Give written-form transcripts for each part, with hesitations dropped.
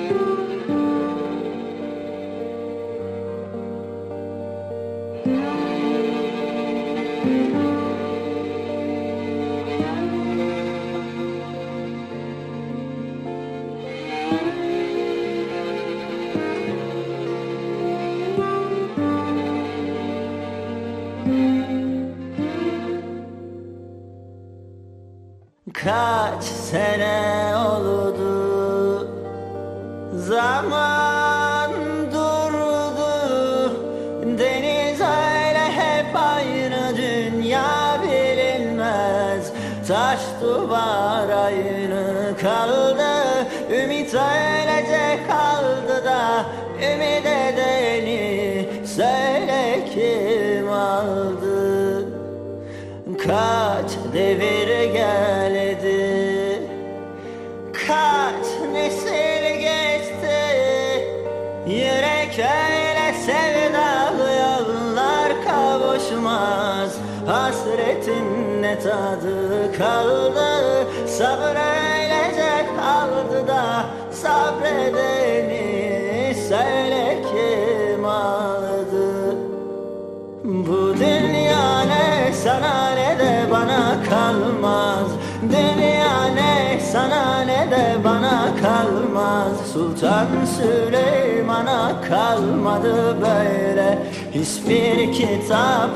Kaç sene oldu, zaman durdu. Deniz öyle hep aynı, dünya bilinmez. Taş duvar aynı kaldı, ümit öylece kaldı da ümit edeni söyle kim aldı? Kaç devir geldi, kaç nesil geçti. Yürek öyle sevdalı, yollar kavuşmaz. Hasretin ne tadı kaldı, sabır öylece kaldı da sabredeni söyle kim aldı? Bu dünya ne sana ne de bana kalmaz. Dünya ne sana ne de bana kalmaz. Sultan Süleyman'a kalmadı böyle, hiçbir kitap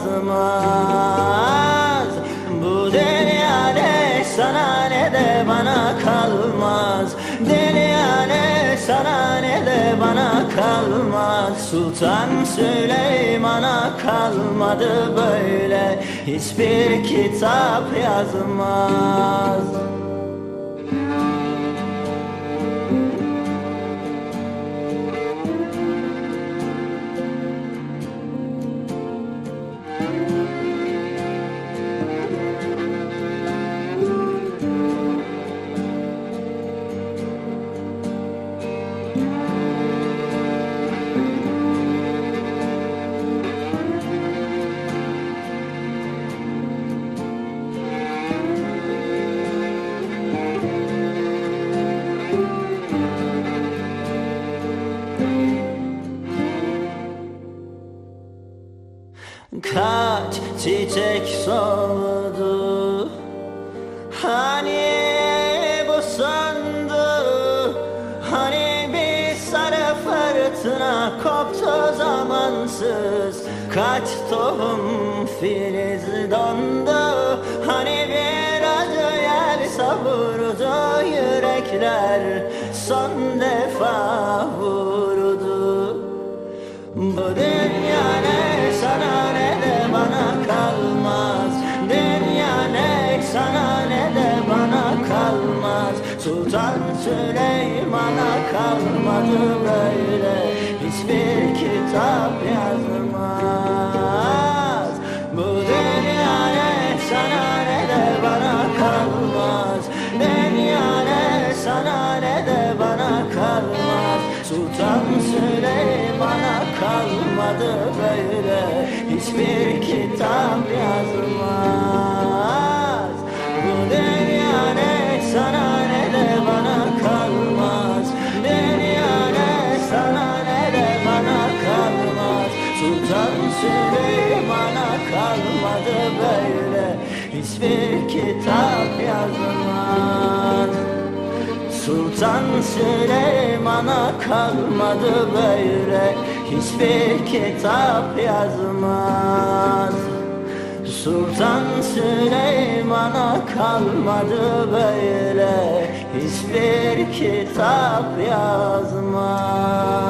yazmaz. Bu dünya ne sana ne de bana kalmaz. Dünya ne sana ne de bana kalmaz. Sultan Süleyman'a kalmadı böyle, hiçbir kitap yazmaz. Kaç çiçek soldu, hani bu söndü. Hani bir sarı fırtına koptu zamansız, kaç tohum filiz dondu. Hani bir acı yel savurdu, yürekler son defa vurdu. Bu dünya ne sana ne de bana kalmaz. Dünya ne sana ne de bana kalmaz. Sultan Süleyman'a kalmadı böyle, hiçbir kitap yazmaz. Bu dünya ne sana ne de bana kalmaz. Dünya ne sana ne de bana kalmaz. Sultan Süleyman'a kalmadı böyle, hiçbir kitap yazmaz. Bu dünya ne sana ne de bana kalmaz. Dünya ne sana ne de bana kalmaz. Sultan Süleyman'a kalmadı böyle, hiçbir kitap yazmaz. Sultan Süleyman'a kalmadı böyle, hiçbir kitap yazmaz. Sultan Süleyman'a kalmadı böyle, hiçbir kitap yazmaz.